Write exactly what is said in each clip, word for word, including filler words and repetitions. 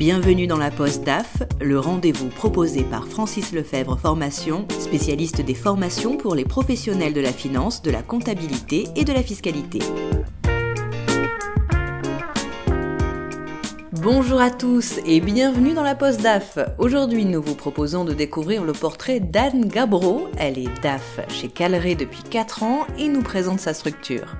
Bienvenue dans la pause D A F, le rendez-vous proposé par Francis Lefebvre Formation, spécialiste des formations pour les professionnels de la finance, de la comptabilité et de la fiscalité. Bonjour à tous et bienvenue dans la pause D A F. Aujourd'hui, nous vous proposons de découvrir le portrait d'Anne Gabreau. Elle est D A F chez Calray depuis quatre ans et nous présente sa structure.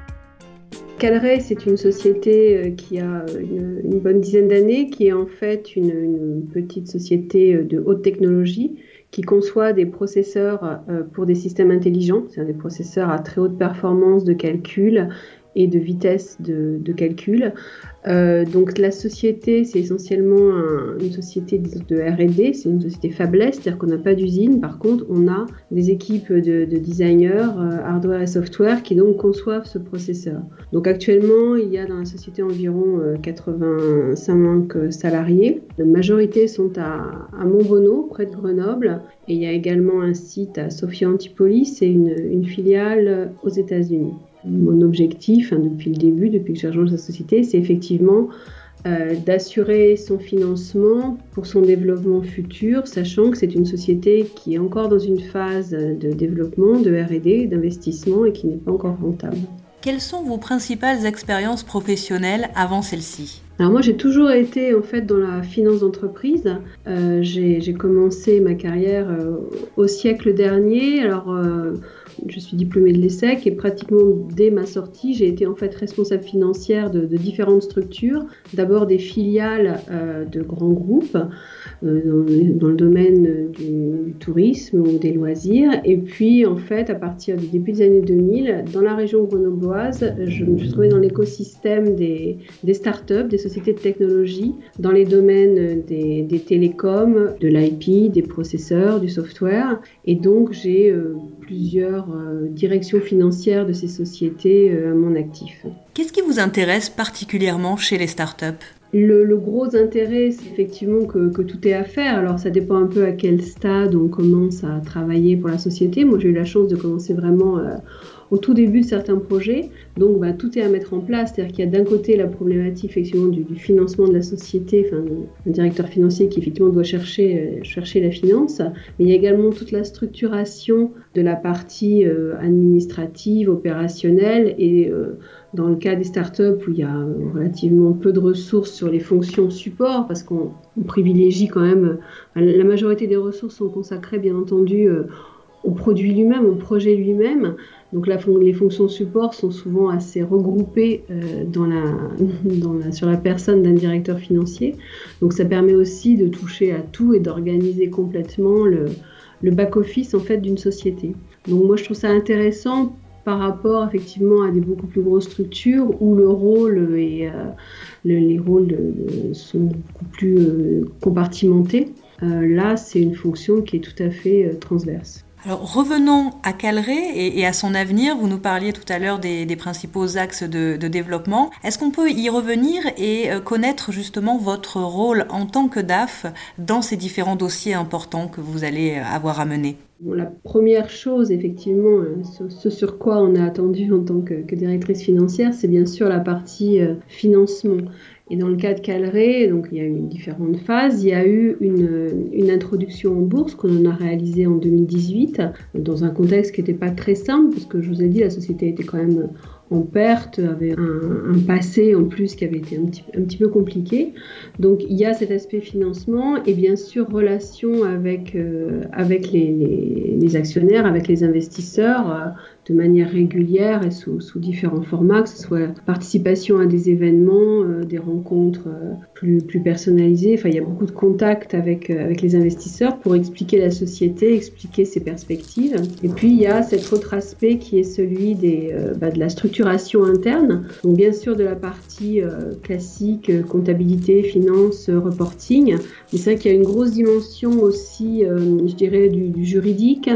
Calray, c'est une société qui a une, une bonne dizaine d'années, qui est en fait une, une petite société de haute technologie qui conçoit des processeurs pour des systèmes intelligents, c'est-à-dire des processeurs à très haute performance de calcul et de vitesse de, de calcul. Euh, donc la société, c'est essentiellement un, une société de R et D, c'est une société fabless, c'est-à-dire qu'on n'a pas d'usine. Par contre, on a des équipes de, de designers, euh, hardware et software, qui donc conçoivent ce processeur. Donc actuellement, il y a dans la société environ euh, quatre-vingt-cinq salariés. La majorité sont à, à Montbonneau, près de Grenoble, et il y a également un site à Sophia Antipolis et une, une filiale aux États-Unis. Mon objectif, hein, depuis le début, depuis que j'ai rejoint sa société, c'est effectivement euh, d'assurer son financement pour son développement futur, sachant que c'est une société qui est encore dans une phase de développement, de R et D, d'investissement et qui n'est pas encore rentable. Quelles sont vos principales expériences professionnelles avant celle-ci ? Alors moi, j'ai toujours été en fait dans la finance d'entreprise. Euh, j'ai, j'ai commencé ma carrière euh, au siècle dernier. Alors, euh, je suis diplômée de l'ESSEC et pratiquement dès ma sortie, j'ai été en fait responsable financière de, de différentes structures. D'abord des filiales euh, de grands groupes euh, dans, dans le domaine du, du tourisme ou des loisirs. Et puis en fait, à partir du début des années deux mille, dans la région grenobloise, je me suis trouvée dans l'écosystème des, des startups, des sociétés de technologie, dans les domaines des, des télécoms, de l'I P, des processeurs, du software. Et donc j'ai euh, plusieurs euh, directions financières de ces sociétés euh, à mon actif. Qu'est-ce qui vous intéresse particulièrement chez les startups ? Le, le gros intérêt, c'est effectivement que, que tout est à faire. Alors, ça dépend un peu à quel stade on commence à travailler pour la société. Moi, j'ai eu la chance de commencer vraiment euh, au tout début de certains projets. Donc, bah, tout est à mettre en place. C'est-à-dire qu'il y a d'un côté la problématique effectivement du, du financement de la société, enfin, un directeur financier qui effectivement doit chercher, euh, chercher la finance. Mais il y a également toute la structuration de la partie euh, administrative, opérationnelle et euh, dans le cas des startups où il y a relativement peu de ressources sur les fonctions support, parce qu'on on privilégie quand même, la majorité des ressources sont consacrées bien entendu au produit lui-même, au projet lui-même. Donc la, les fonctions support sont souvent assez regroupées euh, dans la, dans la, sur la personne d'un directeur financier. Donc ça permet aussi de toucher à tout et d'organiser complètement le, le back-office en fait, d'une société. Donc moi je trouve ça intéressant par rapport effectivement à des beaucoup plus grosses structures où le rôle et euh, le, les rôles de, de, sont beaucoup plus euh, compartimentés. Euh, là, c'est une fonction qui est tout à fait euh, transverse. Alors revenons à Calray et, et à son avenir. Vous nous parliez tout à l'heure des, des principaux axes de, de développement. Est-ce qu'on peut y revenir et euh, connaître justement votre rôle en tant que D A F dans ces différents dossiers importants que vous allez avoir à mener ? Bon, la première chose, effectivement, ce, ce sur quoi on a attendu en tant que, que directrice financière, c'est bien sûr la partie euh, financement. Et dans le cas de Calray, donc il y a eu différentes phases. Il y a eu une, une introduction en bourse qu'on a réalisée en deux mille dix-huit, dans un contexte qui n'était pas très simple, parce que je vous ai dit, la société était quand même en perte, avait un, un passé en plus qui avait été un petit, un petit peu compliqué. Donc il y a cet aspect financement et bien sûr relation avec, euh, avec les, les, les actionnaires, avec les investisseurs, euh, de manière régulière et sous, sous différents formats, que ce soit participation à des événements, euh, des rencontres euh, plus, plus personnalisées. Enfin, il y a beaucoup de contacts avec, euh, avec les investisseurs pour expliquer la société, expliquer ses perspectives. Et puis, il y a cet autre aspect qui est celui des, euh, bah, de la structuration interne. Donc, bien sûr, de la partie euh, classique, euh, comptabilité, finance, euh, reporting. Mais c'est vrai qu'il y a une grosse dimension aussi, euh, je dirais, du, du juridique,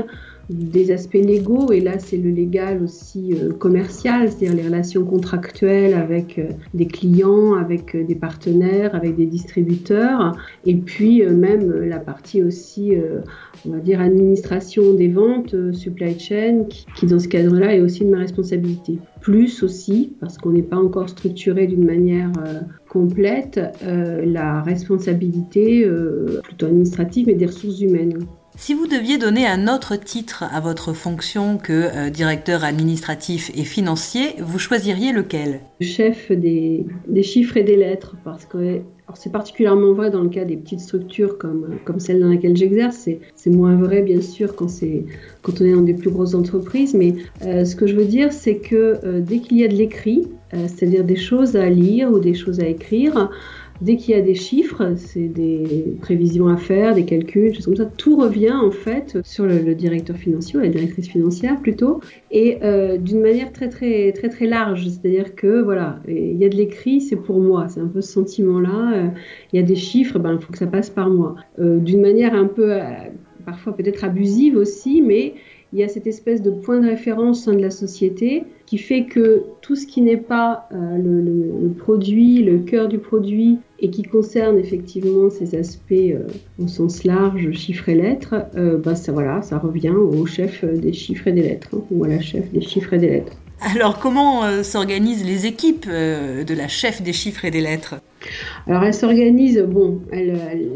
des aspects légaux, et là c'est le légal aussi euh, commercial, c'est-à-dire les relations contractuelles avec euh, des clients, avec euh, des partenaires, avec des distributeurs, et puis euh, même euh, la partie aussi, euh, on va dire, administration des ventes, euh, supply chain, qui, qui dans ce cadre-là est aussi de ma responsabilité. Plus aussi, parce qu'on n'est pas encore structuré d'une manière euh, complète, euh, la responsabilité euh, plutôt administrative mais des ressources humaines. Si vous deviez donner un autre titre à votre fonction que euh, directeur administratif et financier, vous choisiriez lequel ? Chef des, des chiffres et des lettres, parce que alors c'est particulièrement vrai dans le cas des petites structures comme, comme celle dans laquelle j'exerce. C'est, c'est moins vrai, bien sûr, quand, c'est, quand on est dans des plus grosses entreprises. Mais euh, ce que je veux dire, c'est que euh, dès qu'il y a de l'écrit, euh, c'est-à-dire des choses à lire ou des choses à écrire, dès qu'il y a des chiffres, c'est des prévisions à faire, des calculs, choses comme ça, tout revient en fait sur le, le directeur financier, la directrice financière plutôt, et euh, d'une manière très très très très large. C'est-à-dire que voilà, il y a de l'écrit, c'est pour moi, c'est un peu ce sentiment-là. Euh, il y a des chiffres, ben il faut que ça passe par moi, euh, d'une manière un peu euh, parfois peut-être abusive aussi, mais il y a cette espèce de point de référence au sein de la société qui fait que tout ce qui n'est pas euh, le, le, le produit, le cœur du produit, et qui concerne effectivement ces aspects euh, au sens large, chiffres et lettres, euh, bah ça, voilà, ça revient au chef des chiffres et des lettres, hein, ou à la chef des chiffres et des lettres. Alors, comment euh, s'organisent les équipes euh, de la chef des chiffres et des lettres ? Alors, elle s'organise, bon, elle,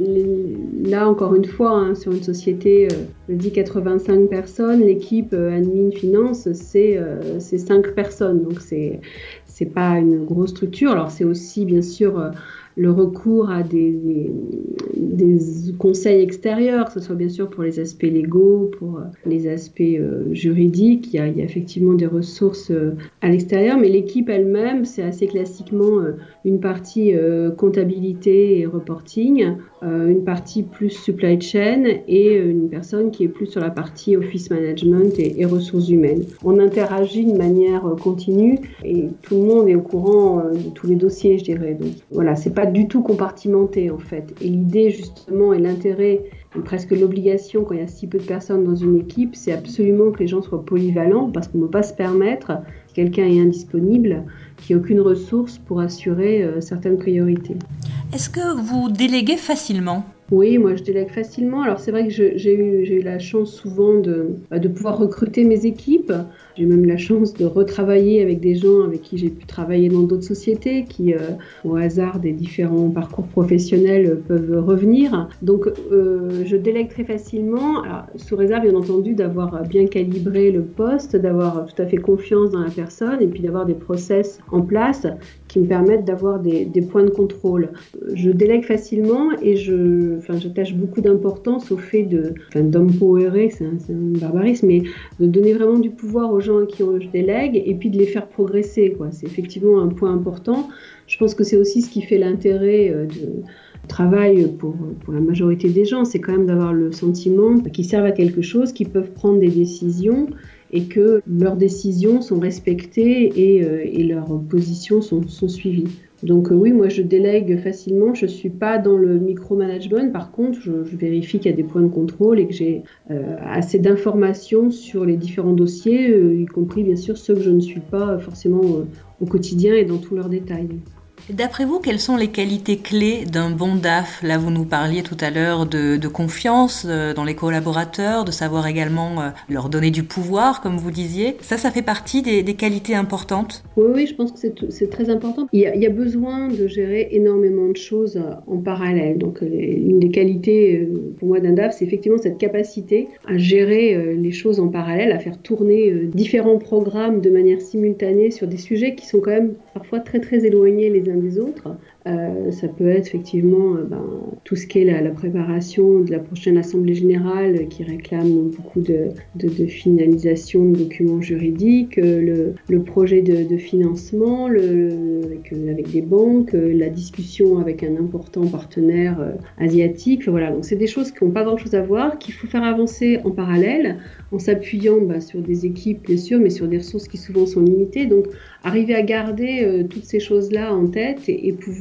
elle, là, encore une fois, hein, sur une société, euh, je dis quatre-vingt-cinq personnes, l'équipe euh, admin finance, c'est, euh, c'est cinq personnes, donc c'est, c'est pas une grosse structure. Alors, c'est aussi, bien sûr, euh, le recours à des, des, des conseils extérieurs, que ce soit bien sûr pour les aspects légaux, pour les aspects euh, juridiques. Il y, a, il y a effectivement des ressources euh, à l'extérieur, mais l'équipe elle-même, c'est assez classiquement euh, une partie euh, comptabilité et reporting, euh, une partie plus supply chain et une personne qui est plus sur la partie office management et, et ressources humaines. On interagit de manière continue et tout le monde est au courant euh, de tous les dossiers, je dirais. Donc voilà, c'est pas du tout compartimenté en fait. Et l'idée justement et l'intérêt, et presque l'obligation quand il y a si peu de personnes dans une équipe, c'est absolument que les gens soient polyvalents parce qu'on ne peut pas se permettre, si quelqu'un est indisponible, qu'il n'y ait aucune ressource pour assurer euh, certaines priorités. Est-ce que vous déléguez facilement ? Oui, moi je délègue facilement. Alors c'est vrai que je, j'ai, eu, j'ai eu la chance souvent de, de pouvoir recruter mes équipes. J'ai même la chance de retravailler avec des gens avec qui j'ai pu travailler dans d'autres sociétés qui, euh, au hasard des différents parcours professionnels, peuvent revenir. Donc euh, je délègue très facilement, alors, sous réserve bien entendu d'avoir bien calibré le poste, d'avoir tout à fait confiance dans la personne et puis d'avoir des process en place qui me permettent d'avoir des, des points de contrôle. Je délègue facilement et je, enfin, j'attache beaucoup d'importance au fait de, enfin, d'empowerer, c'est un, c'est un barbarisme, mais de donner vraiment du pouvoir aux gens à qui je délègue et puis de les faire progresser, quoi. C'est effectivement un point important. Je pense que c'est aussi ce qui fait l'intérêt de travail pour, pour la majorité des gens, c'est quand même d'avoir le sentiment qu'ils servent à quelque chose, qu'ils peuvent prendre des décisions et que leurs décisions sont respectées et, euh, et leurs positions sont, sont suivies. Donc euh, oui, moi je délègue facilement, je ne suis pas dans le micromanagement, par contre je, je vérifie qu'il y a des points de contrôle et que j'ai euh, assez d'informations sur les différents dossiers, euh, y compris bien sûr ceux que je ne suis pas forcément euh, au quotidien et dans tous leurs détails. D'après vous, quelles sont les qualités clés d'un bon D A F ? Là, vous nous parliez tout à l'heure de, de confiance euh, dans les collaborateurs, de savoir également euh, leur donner du pouvoir, comme vous disiez. Ça, ça fait partie des, des qualités importantes ? Oui, oui, je pense que c'est, c'est très important. Il y, a, il y a besoin de gérer énormément de choses en parallèle. Donc, une des qualités pour moi d'un D A F, c'est effectivement cette capacité à gérer les choses en parallèle, à faire tourner différents programmes de manière simultanée sur des sujets qui sont quand même parfois très, très éloignés les uns des autres. Euh, ça peut être effectivement euh, ben, tout ce qui est la, la préparation de la prochaine Assemblée Générale qui réclame beaucoup de, de, de finalisation de documents juridiques, euh, le, le projet de, de financement le, avec, euh, avec des banques, euh, la discussion avec un important partenaire euh, asiatique. Enfin, voilà. Donc, c'est des choses qui n'ont pas grand-chose à voir, qu'il faut faire avancer en parallèle en s'appuyant ben, sur des équipes bien sûr, mais sur des ressources qui souvent sont limitées. Donc arriver à garder euh, toutes ces choses-là en tête et, et pouvoir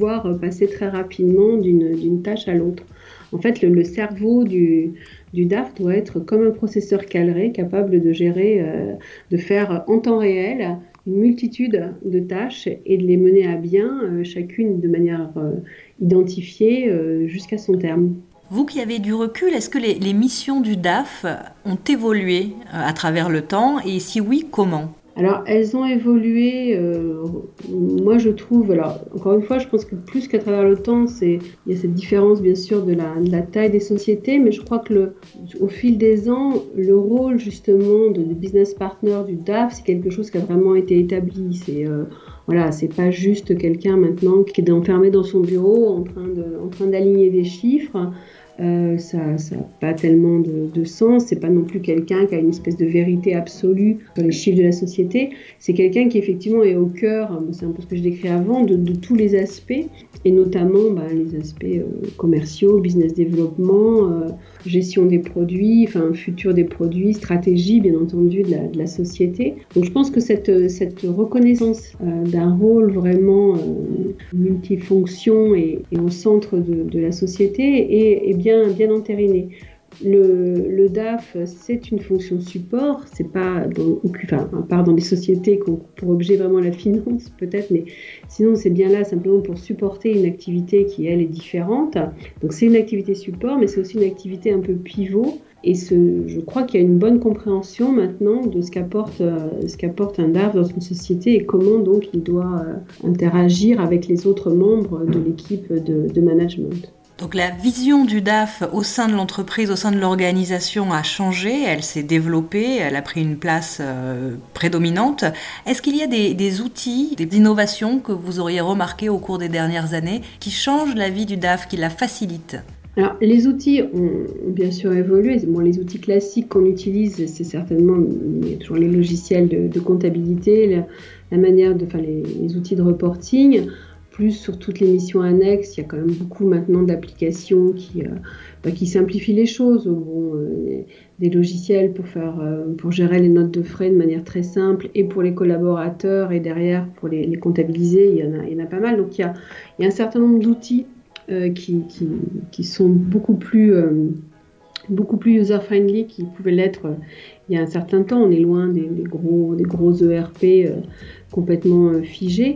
pouvoir passer très rapidement d'une, d'une tâche à l'autre. En fait, le, le cerveau du, du D A F doit être comme un processeur calré, capable de gérer, euh, de faire en temps réel une multitude de tâches et de les mener à bien, euh, chacune de manière euh, identifiée euh, jusqu'à son terme. Vous qui avez du recul, est-ce que les, les missions du D A F ont évolué euh, à travers le temps et si oui, comment ? Alors, elles ont évolué, euh, moi je trouve, alors encore une fois, je pense que plus qu'à travers le temps, c'est, il y a cette différence bien sûr de la, de la taille des sociétés, mais je crois que le, au fil des ans, le rôle justement de, de business partner du D A F, c'est quelque chose qui a vraiment été établi. C'est, euh, voilà, c'est pas juste quelqu'un maintenant qui est enfermé dans son bureau en train, de, en train d'aligner des chiffres. Euh, ça n'a pas tellement de, de sens. C'est pas non plus quelqu'un qui a une espèce de vérité absolue sur les chiffres de la société. C'est quelqu'un qui effectivement est au cœur, c'est un peu ce que je décris avant, de, de tous les aspects, et notamment bah, les aspects euh, commerciaux, business développement, euh, gestion des produits, enfin futur des produits, stratégie bien entendu de la, de la société. Donc je pense que cette, cette reconnaissance euh, d'un rôle vraiment euh, multifonction et, et au centre de, de la société est, est bien, bien entérinée. Le, le D A F, c'est une fonction support, c'est pas dans, enfin, à part dans des sociétés qui ont pour objet vraiment la finance peut-être, mais sinon c'est bien là simplement pour supporter une activité qui elle est différente. Donc c'est une activité support, mais c'est aussi une activité un peu pivot. Et ce, je crois qu'il y a une bonne compréhension maintenant de ce qu'apporte, euh, ce qu'apporte un D A F dans une société et comment donc il doit euh, interagir avec les autres membres de l'équipe de, de management. Donc la vision du D A F au sein de l'entreprise, au sein de l'organisation a changé, elle s'est développée, elle a pris une place euh, prédominante. Est-ce qu'il y a des, des outils, des innovations que vous auriez remarquées au cours des dernières années qui changent la vie du D A F, qui la facilitent ? Alors, les outils ont bien sûr évolué. Bon, les outils classiques qu'on utilise, c'est certainement il y a toujours les logiciels de, de comptabilité, la, la manière de, enfin, les, les outils de reporting. Plus sur toutes les missions annexes, il y a quand même beaucoup maintenant d'applications qui, euh, bah, qui simplifient les choses. Bon, euh, des logiciels pour, faire, euh, pour gérer les notes de frais de manière très simple et pour les collaborateurs et derrière pour les, les comptabiliser, il y, en a, il y en a pas mal. Donc il y a, il y a un certain nombre d'outils euh, qui, qui, qui sont beaucoup plus, euh, beaucoup plus user-friendly qu'ils pouvaient l'être euh, il y a un certain temps. On est loin des, des, gros, des gros E R P euh, complètement euh, figés.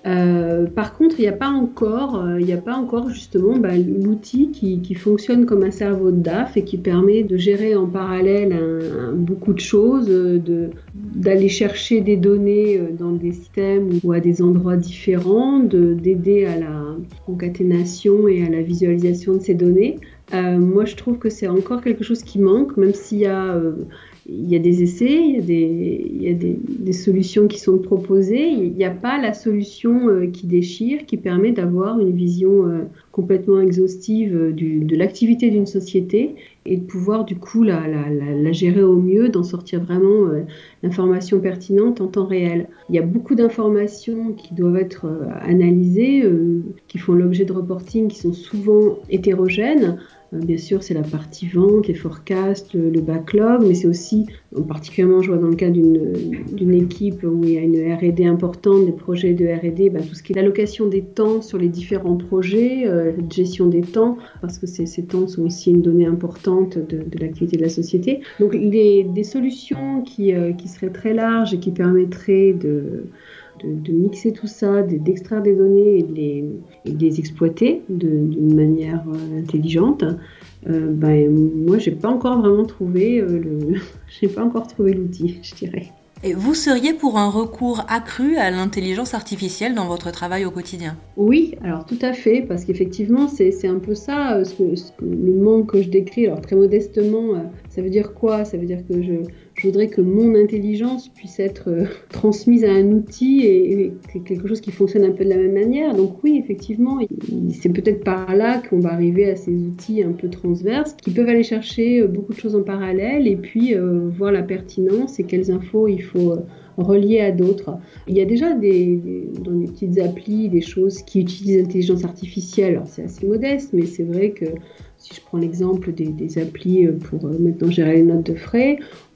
Euh, par contre, il n'y a pas encore, euh, il n'y a pas encore justement bah, l'outil qui, qui fonctionne comme un cerveau de D A F et qui permet de gérer en parallèle un, un, beaucoup de choses, de, d'aller chercher des données dans des systèmes ou à des endroits différents, de, d'aider à la concaténation et à la visualisation de ces données. Euh, moi, je trouve que c'est encore quelque chose qui manque, même s'il y a... Euh, Il y a des essais, il y a des, il y a des, des solutions qui sont proposées. Il n'y a pas la solution euh, qui déchire, qui permet d'avoir une vision euh, complètement exhaustive euh, du, de l'activité d'une société et de pouvoir du coup la, la, la, la gérer au mieux, d'en sortir vraiment euh, l'information pertinente en temps réel. Il y a beaucoup d'informations qui doivent être euh, analysées, euh, qui font l'objet de reporting, qui sont souvent hétérogènes. Bien sûr, c'est la partie vente, les forecasts, le, le backlog, mais c'est aussi, particulièrement je vois dans le cas d'une, d'une équipe où il y a une R et D importante, des projets de R et D, ben, tout ce qui est l'allocation des temps sur les différents projets, euh, la gestion des temps, parce que ces, ces temps sont aussi une donnée importante de, de l'activité de la société. Donc il y a des solutions qui, euh, qui seraient très larges et qui permettraient de... De, de mixer tout ça, de, d'extraire des données et de les, et de les exploiter de, d'une manière euh, intelligente. Euh, ben, moi, j'ai pas encore vraiment trouvé euh, le, j'ai pas encore trouvé l'outil, je dirais. Et vous seriez pour un recours accru à l'intelligence artificielle dans votre travail au quotidien ? Oui, alors tout à fait, parce qu'effectivement, c'est, c'est un peu ça, ce que, ce que, le manque que je décris. Alors très modestement, ça veut dire quoi ? Ça veut dire que je, je voudrais que mon intelligence puisse être euh, transmise à un outil et, et quelque chose qui fonctionne un peu de la même manière. Donc oui, effectivement, c'est peut-être par là qu'on va arriver à ces outils un peu transverses qui peuvent aller chercher beaucoup de choses en parallèle et puis euh, voir la pertinence et quelles infos il faut euh, relier à d'autres. Il y a déjà des, des, dans des petites applis des choses qui utilisent l'intelligence artificielle. Alors c'est assez modeste, mais c'est vrai que si je prends l'exemple des, des applis pour euh, maintenant gérer les notes de frais,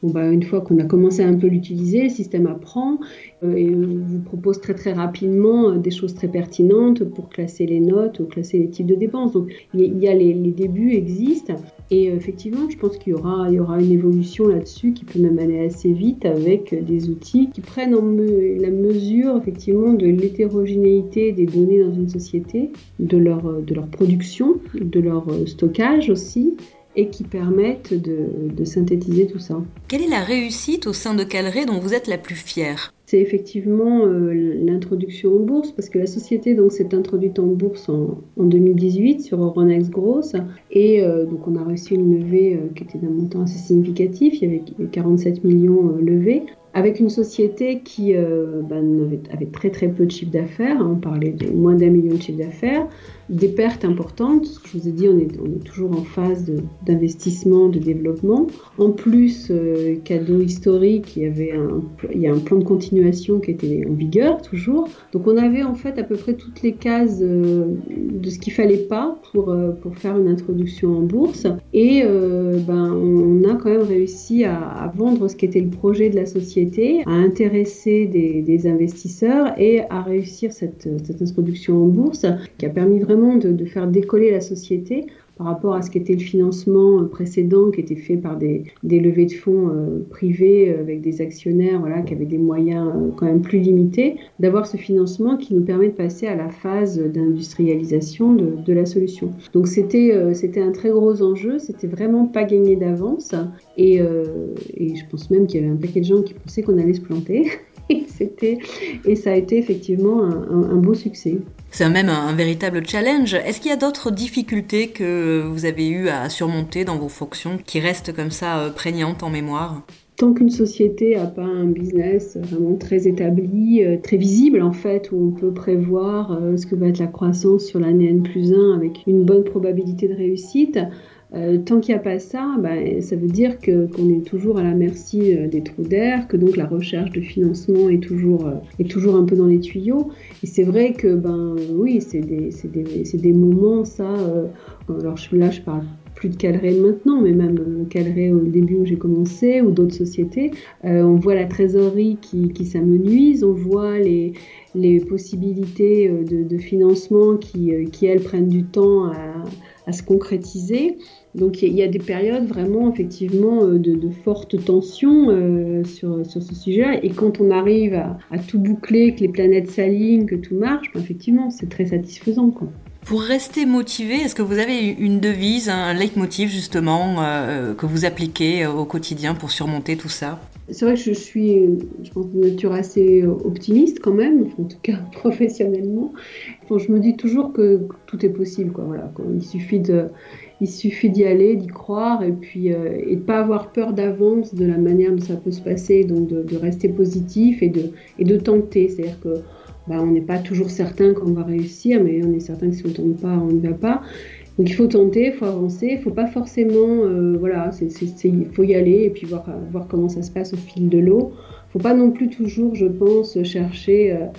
Bon, bah, une fois qu'on a commencé à un peu l'utiliser, le système apprend euh, et vous propose très très rapidement euh, des choses très pertinentes pour classer les notes ou classer les types de dépenses. Donc il y a les, les débuts existent et euh, effectivement je pense qu'il y aura, il y aura une évolution là-dessus qui peut même aller assez vite avec euh, des outils qui prennent en me- la mesure effectivement de l'hétérogénéité des données dans une société, de leur, euh, de leur production, de leur euh, stockage aussi, et qui permettent de, de synthétiser tout ça. Quelle est la réussite au sein de Calré dont vous êtes la plus fière ? C'est effectivement euh, l'introduction en bourse, parce que la société donc, s'est introduite en bourse en, en deux mille dix-huit sur Euronext Growth, et euh, donc on a réussi une levée euh, qui était d'un montant assez significatif, il y avait quarante-sept millions euh, levés, avec une société qui euh, ben, avait, avait très très peu de chiffre d'affaires, hein, on parlait de moins d'un million de chiffre d'affaires, des pertes importantes, je vous ai dit on est, on est toujours en phase de, d'investissement, de développement, en plus euh, cadeau historique, il y avait un, il y a un plan de continuation qui était en vigueur toujours, donc on avait en fait à peu près toutes les cases euh, de ce qu'il fallait pas pour, euh, pour faire une introduction en bourse, et euh, ben, on a quand même réussi à, à vendre ce qu'était le projet de la société, à intéresser des, des investisseurs et à réussir cette, cette introduction en bourse qui a permis vraiment de, de faire décoller la société par rapport à ce qu'était le financement précédent qui était fait par des, des levées de fonds euh, privés avec des actionnaires voilà, qui avaient des moyens euh, quand même plus limités, d'avoir ce financement qui nous permet de passer à la phase d'industrialisation de, de la solution. Donc c'était, euh, c'était un très gros enjeu, c'était vraiment pas gagné d'avance et, euh, et je pense même qu'il y avait un paquet de gens qui pensaient qu'on allait se planter. Et, c'était, et ça a été effectivement un, un, un beau succès. C'est même un, un véritable challenge. Est-ce qu'il y a d'autres difficultés que vous avez eu à surmonter dans vos fonctions qui restent comme ça prégnantes en mémoire ? Tant qu'une société n'a pas un business vraiment très établi, très visible en fait, où on peut prévoir ce que va être la croissance sur l'année N plus un avec une bonne probabilité de réussite, Euh, tant qu'il n'y a pas ça, ben, ça veut dire que, qu'on est toujours à la merci euh, des trous d'air, que donc la recherche de financement est toujours, euh, est toujours un peu dans les tuyaux. Et c'est vrai que, ben, oui, c'est des, c'est des, c'est des moments, ça. Euh, alors là, je parle plus de Calré maintenant, mais même euh, Calré au début où j'ai commencé, ou d'autres sociétés. Euh, on voit la trésorerie qui, qui s'amenuise, on voit les, les possibilités de, de financement qui, qui, elles, prennent du temps à, à se concrétiser. Donc il y, y a des périodes vraiment effectivement de, de fortes tensions euh, sur, sur ce sujet. Et quand on arrive à, à tout boucler, que les planètes s'alignent, que tout marche, ben, effectivement c'est très satisfaisant, quoi. Pour rester motivé, est-ce que vous avez une devise, un leitmotiv justement euh, que vous appliquez au quotidien pour surmonter tout ça ? C'est vrai que je suis, je pense, de nature assez optimiste quand même, en tout cas professionnellement. Bon, je me dis toujours que tout est possible, quoi. Voilà, quoi. Il suffit de, il suffit d'y aller, d'y croire, et puis euh, et de pas avoir peur d'avance de la manière dont ça peut se passer, donc de, de rester positif et de et de tenter. C'est-à-dire que bah, on n'est pas toujours certain qu'on va réussir, mais on est certain que si on ne tente pas, on ne va pas. Donc il faut tenter, il faut avancer, il ne faut pas forcément, euh, voilà, c'est, c'est, c'est, il faut y aller et puis voir, voir comment ça se passe au fil de l'eau. Il ne faut pas non plus toujours, je pense, chercher euh,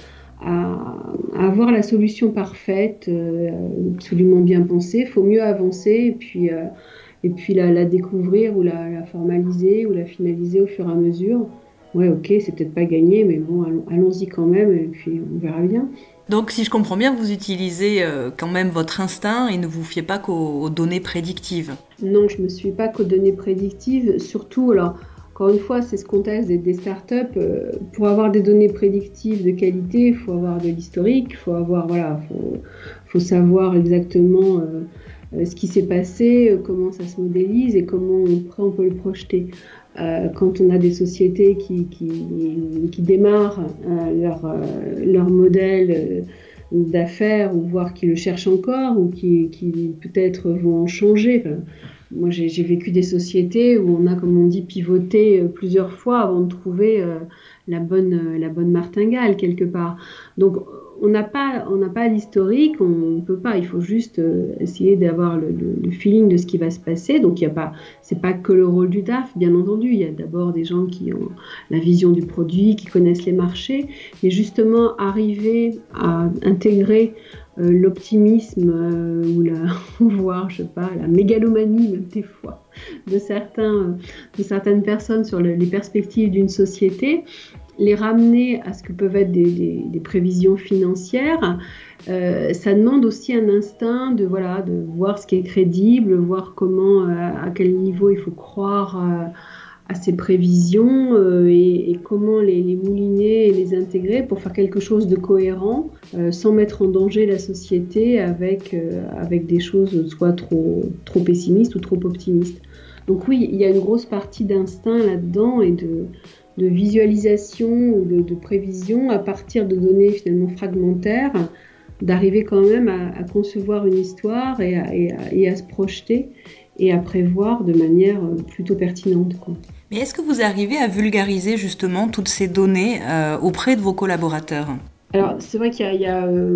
à, à avoir la solution parfaite, euh, absolument bien pensée. Il faut mieux avancer et puis, euh, et puis la, la découvrir ou la, la formaliser ou la finaliser au fur et à mesure. Ouais, ok, c'est peut-être pas gagné, mais bon, allons, allons-y quand même et puis on verra bien. Donc, si je comprends bien, vous utilisez euh, quand même votre instinct et ne vous fiez pas qu'aux données prédictives. Non, je ne me suis pas qu'aux données prédictives. Surtout, alors, encore une fois, c'est ce contexte des, des startups. Euh, pour avoir des données prédictives de qualité, il faut avoir de l'historique, il faut avoir, voilà, faut, faut savoir exactement euh, ce qui s'est passé, euh, comment ça se modélise et comment après on peut le projeter. Euh, quand on a des sociétés qui, qui, qui démarrent euh, leur, euh, leur modèle euh, d'affaires, ou voire qui le cherchent encore, ou qui, qui peut-être vont en changer. Enfin, moi, j'ai, j'ai vécu des sociétés où on a, comme on dit, pivoté plusieurs fois avant de trouver euh, la bonne, la bonne martingale, quelque part. Donc, on n'a pas, on n'a pas l'historique, on ne peut pas. Il faut juste euh, essayer d'avoir le, le, le feeling de ce qui va se passer. Donc, il y a pas, c'est pas que le rôle du D A F, bien entendu. Il y a d'abord des gens qui ont la vision du produit, qui connaissent les marchés, mais justement arriver à intégrer euh, l'optimisme euh, ou la, voire, je sais pas, la mégalomanie même des fois de certains, de certaines personnes sur le, les perspectives d'une société. Les ramener à ce que peuvent être des, des, des prévisions financières, euh, ça demande aussi un instinct de, voilà, de voir ce qui est crédible, voir comment, euh, à quel niveau il faut croire euh, à ces prévisions euh, et, et comment les, les mouliner et les intégrer pour faire quelque chose de cohérent euh, sans mettre en danger la société avec, euh, avec des choses soit trop, trop pessimistes ou trop optimistes. Donc oui, il y a une grosse partie d'instinct là-dedans et de de visualisation ou de, de prévision à partir de données finalement fragmentaires, d'arriver quand même à, à concevoir une histoire et à, et, à, et à se projeter et à prévoir de manière plutôt pertinente, quoi. Mais est-ce que vous arrivez à vulgariser justement toutes ces données euh, auprès de vos collaborateurs ? Alors, c'est vrai qu'il y a, il y a euh,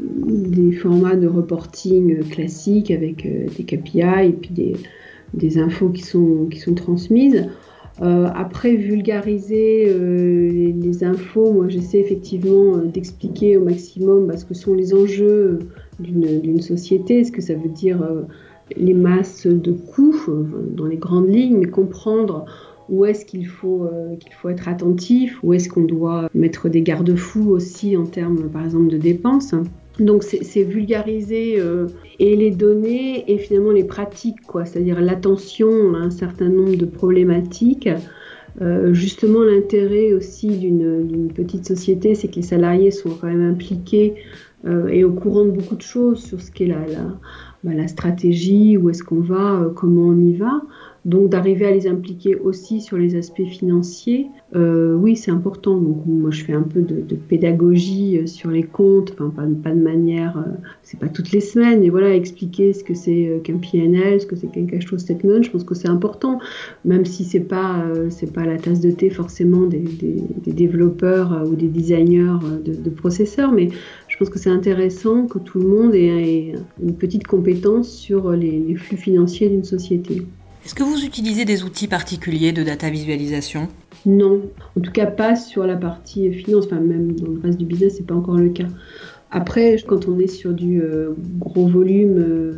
des formats de reporting classiques avec euh, des K P I et puis des, des infos qui sont, qui sont transmises. Euh, après, vulgariser euh, les, les infos, moi j'essaie effectivement euh, d'expliquer au maximum bah, ce que sont les enjeux d'une, d'une société, ce que ça veut dire euh, les masses de coûts euh, dans les grandes lignes, mais comprendre où est-ce qu'il faut, euh, qu'il faut être attentif, où est-ce qu'on doit mettre des garde-fous aussi en termes par exemple de dépenses. Donc c'est, c'est vulgariser euh, et les données et finalement les pratiques, quoi, c'est-à-dire l'attention à un certain nombre de problématiques. Euh, justement, l'intérêt aussi d'une, d'une petite société, c'est que les salariés sont quand même impliqués euh, et au courant de beaucoup de choses sur ce qu'est la, la, bah, la stratégie, où est-ce qu'on va, euh, comment on y va. Donc d'arriver à les impliquer aussi sur les aspects financiers, euh, oui c'est important. Donc moi je fais un peu de, de pédagogie sur les comptes, enfin pas, pas de manière, euh, c'est pas toutes les semaines, mais voilà, expliquer ce que c'est qu'un P and L, ce que c'est qu'un cash flow statement, je pense que c'est important, même si c'est pas, euh, c'est pas la tasse de thé forcément des, des, des développeurs euh, ou des designers de, de processeurs, mais je pense que c'est intéressant que tout le monde ait, ait une petite compétence sur les, les flux financiers d'une société. Est-ce que vous utilisez des outils particuliers de data visualisation ? Non, en tout cas pas sur la partie finance, enfin même dans le reste du business, c'est pas encore le cas. Après, quand on est sur du euh, gros volume euh,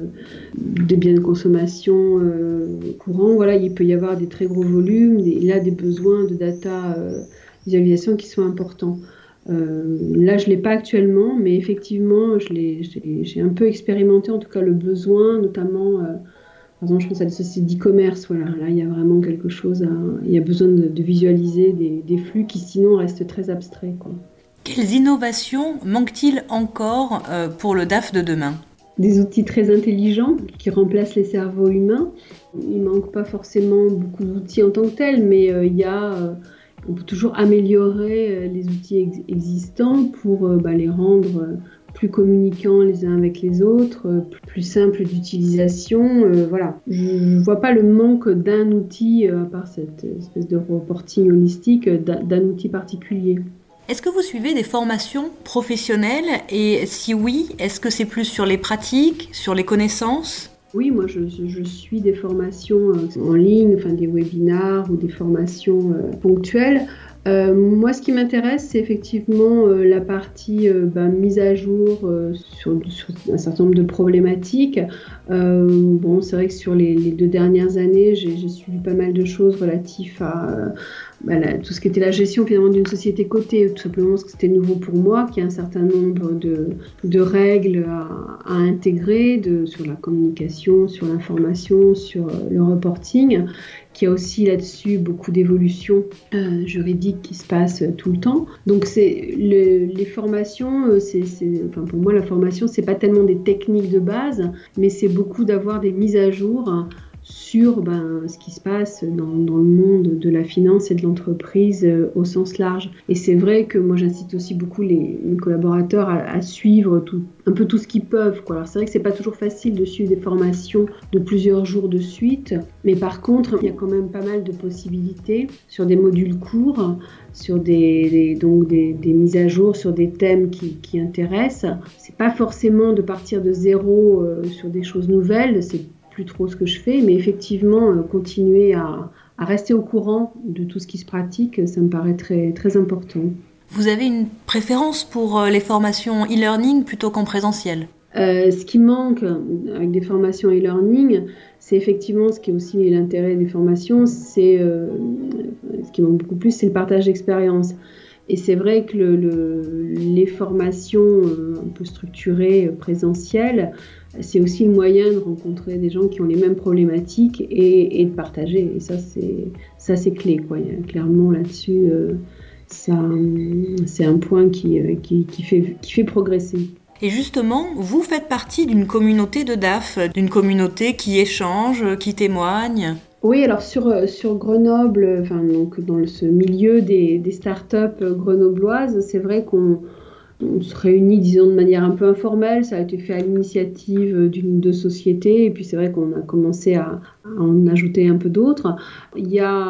de biens de consommation euh, courant, voilà, il peut y avoir des très gros volumes, des, là des besoins de data euh, visualisation qui sont importants. Euh, là, je ne l'ai pas actuellement, mais effectivement, je l'ai, j'ai, j'ai un peu expérimenté en tout cas le besoin, notamment... Euh, Par exemple, je pense à des sociétés d'e-commerce. Voilà, là, il y a vraiment quelque chose. À, il y a besoin de, de visualiser des, des flux qui, sinon, restent très abstraits, quoi. Quelles innovations manquent-ils encore euh, pour le D A F de demain ? Des outils très intelligents qui remplacent les cerveaux humains. Il ne manque pas forcément beaucoup d'outils en tant que tels, mais euh, il y a, euh, on peut toujours améliorer euh, les outils ex- existants pour euh, bah, les rendre... Euh, plus communicants les uns avec les autres, plus simples d'utilisation. Euh, voilà. Je ne vois pas le manque d'un outil, euh, à part cette espèce de reporting holistique, d'un, d'un outil particulier. Est-ce que vous suivez des formations professionnelles ? Et si oui, est-ce que c'est plus sur les pratiques, sur les connaissances ? Oui, moi je, je suis des formations en ligne, enfin des webinars ou des formations euh, ponctuelles. Euh, moi, ce qui m'intéresse, c'est effectivement euh, la partie euh, ben, mise à jour euh, sur, sur un certain nombre de problématiques. Euh, bon, c'est vrai que sur les, les deux dernières années, j'ai, j'ai suivi pas mal de choses relatives à euh, ben, la, tout ce qui était la gestion finalement d'une société cotée, tout simplement parce que c'était nouveau pour moi, qu'il y a un certain nombre de, de règles à, à intégrer de, sur la communication, sur l'information, sur euh, le reporting. Qu'il y a aussi là-dessus beaucoup d'évolutions euh, juridiques qui se passent euh, tout le temps. Donc c'est le, les formations, euh, c'est, c'est, enfin pour moi la formation c'est pas tellement des techniques de base, mais c'est beaucoup d'avoir des mises à jour hein, sur ben, ce qui se passe dans, dans le monde de la finance et de l'entreprise euh, au sens large. Et c'est vrai que moi j'incite aussi beaucoup les, les collaborateurs à, à suivre tout, un peu tout ce qu'ils peuvent, quoi. Alors c'est vrai que c'est pas toujours facile de suivre des formations de plusieurs jours de suite, mais par contre il y a quand même pas mal de possibilités sur des modules courts, sur des, des, donc des, des mises à jour sur des thèmes qui, qui intéressent. C'est pas forcément de partir de zéro euh, sur des choses nouvelles, c'est plus trop ce que je fais, mais effectivement euh, continuer à, à rester au courant de tout ce qui se pratique, ça me paraît très, très important. Vous avez une préférence pour les formations e-learning plutôt qu'en présentiel ? Euh, ce qui manque avec des formations e-learning, c'est effectivement ce qui est aussi l'intérêt des formations, c'est euh, ce qui manque beaucoup plus, c'est le partage d'expérience. Et c'est vrai que le, le, les formations euh, un peu structurées, euh, présentielles, c'est aussi le moyen de rencontrer des gens qui ont les mêmes problématiques et, et de partager. Et ça, c'est, ça, c'est clé, quoi. Il y a clairement là-dessus, euh, ça, c'est un point qui, qui, qui, fait, qui fait progresser. Et justement, vous faites partie d'une communauté de D A F, d'une communauté qui échange, qui témoigne. Oui, alors sur, sur Grenoble, enfin, donc dans ce milieu des, des startups grenobloises, c'est vrai qu'on on se réunit, disons, de manière un peu informelle. Ça a été fait à l'initiative d'une ou deux sociétés, et puis c'est vrai qu'on a commencé à, à en ajouter un peu d'autres. Il y a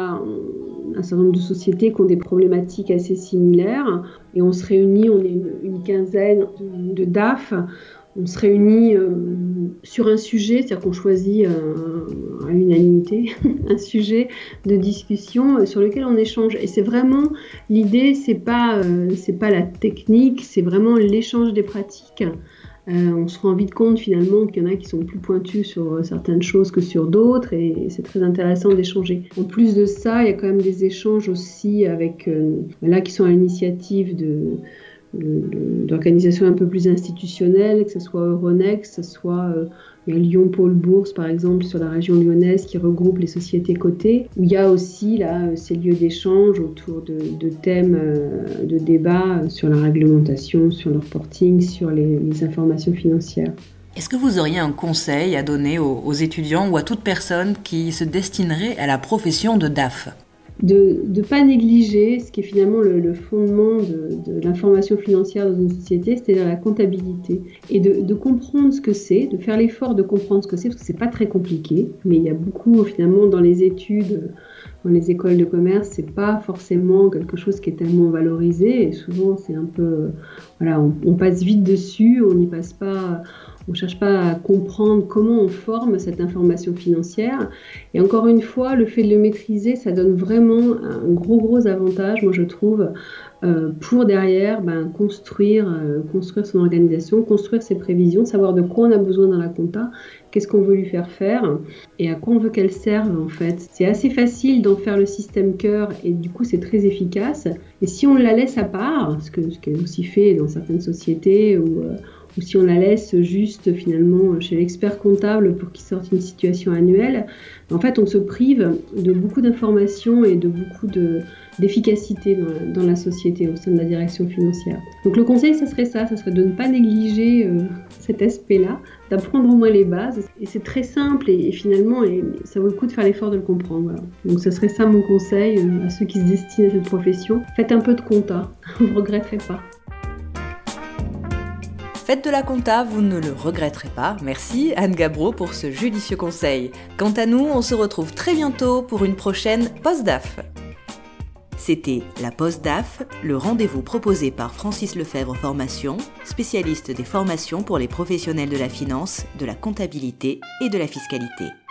un certain nombre de sociétés qui ont des problématiques assez similaires, et on se réunit, on est une, une quinzaine de, de D A F. On se réunit euh, sur un sujet, c'est-à-dire qu'on choisit euh, à l'unanimité un sujet de discussion euh, sur lequel on échange. Et c'est vraiment l'idée, c'est pas euh, c'est pas la technique, c'est vraiment l'échange des pratiques. Euh, on se rend vite compte finalement qu'il y en a qui sont plus pointus sur certaines choses que sur d'autres, et, et c'est très intéressant d'échanger. En plus de ça, il y a quand même des échanges aussi avec euh, là qui sont à l'initiative de d'organisations un peu plus institutionnelles, que ce soit Euronext, que ce soit euh, il y a Lyon Pôle Bourse par exemple sur la région lyonnaise qui regroupe les sociétés cotées, où il y a aussi là ces lieux d'échange autour de, de thèmes euh, de débat sur la réglementation, sur le reporting, sur les, les informations financières. Est-ce que vous auriez un conseil à donner aux, aux étudiants ou à toute personne qui se destinerait à la profession de D A F ? De ne pas négliger ce qui est finalement le, le fondement de, de l'information financière dans une société, c'est-à-dire la comptabilité. Et de, de comprendre ce que c'est, de faire l'effort de comprendre ce que c'est, parce que c'est pas très compliqué, mais il y a beaucoup finalement dans les études, dans les écoles de commerce, c'est pas forcément quelque chose qui est tellement valorisé, et souvent c'est un peu, voilà, on, on passe vite dessus, on n'y passe pas... On ne cherche pas à comprendre comment on forme cette information financière. Et encore une fois, le fait de le maîtriser, ça donne vraiment un gros, gros avantage, moi je trouve, euh, pour derrière ben, construire, euh, construire son organisation, construire ses prévisions, savoir de quoi on a besoin dans la compta, qu'est-ce qu'on veut lui faire faire et à quoi on veut qu'elle serve en fait. C'est assez facile d'en faire le système cœur et du coup c'est très efficace. Et si on la laisse à part, ce, que, ce qui est aussi fait dans certaines sociétés où... Euh, ou si on la laisse juste finalement chez l'expert comptable pour qu'il sorte une situation annuelle, en fait on se prive de beaucoup d'informations et de beaucoup de, d'efficacité dans, dans la société au sein de la direction financière. Donc le conseil, ça serait ça, ça serait de ne pas négliger euh, cet aspect-là, d'apprendre au moins les bases. Et c'est très simple et, et finalement et, ça vaut le coup de faire l'effort de le comprendre. Voilà. Donc ça serait ça mon conseil euh, à ceux qui se destinent à cette profession. Faites un peu de compta, vous ne regretterez pas. Faites de la compta, vous ne le regretterez pas. Merci Anne Gabreau pour ce judicieux conseil. Quant à nous, on se retrouve très bientôt pour une prochaine Post D A F. C'était la Post D A F, le rendez-vous proposé par Francis Lefebvre Formation, spécialiste des formations pour les professionnels de la finance, de la comptabilité et de la fiscalité.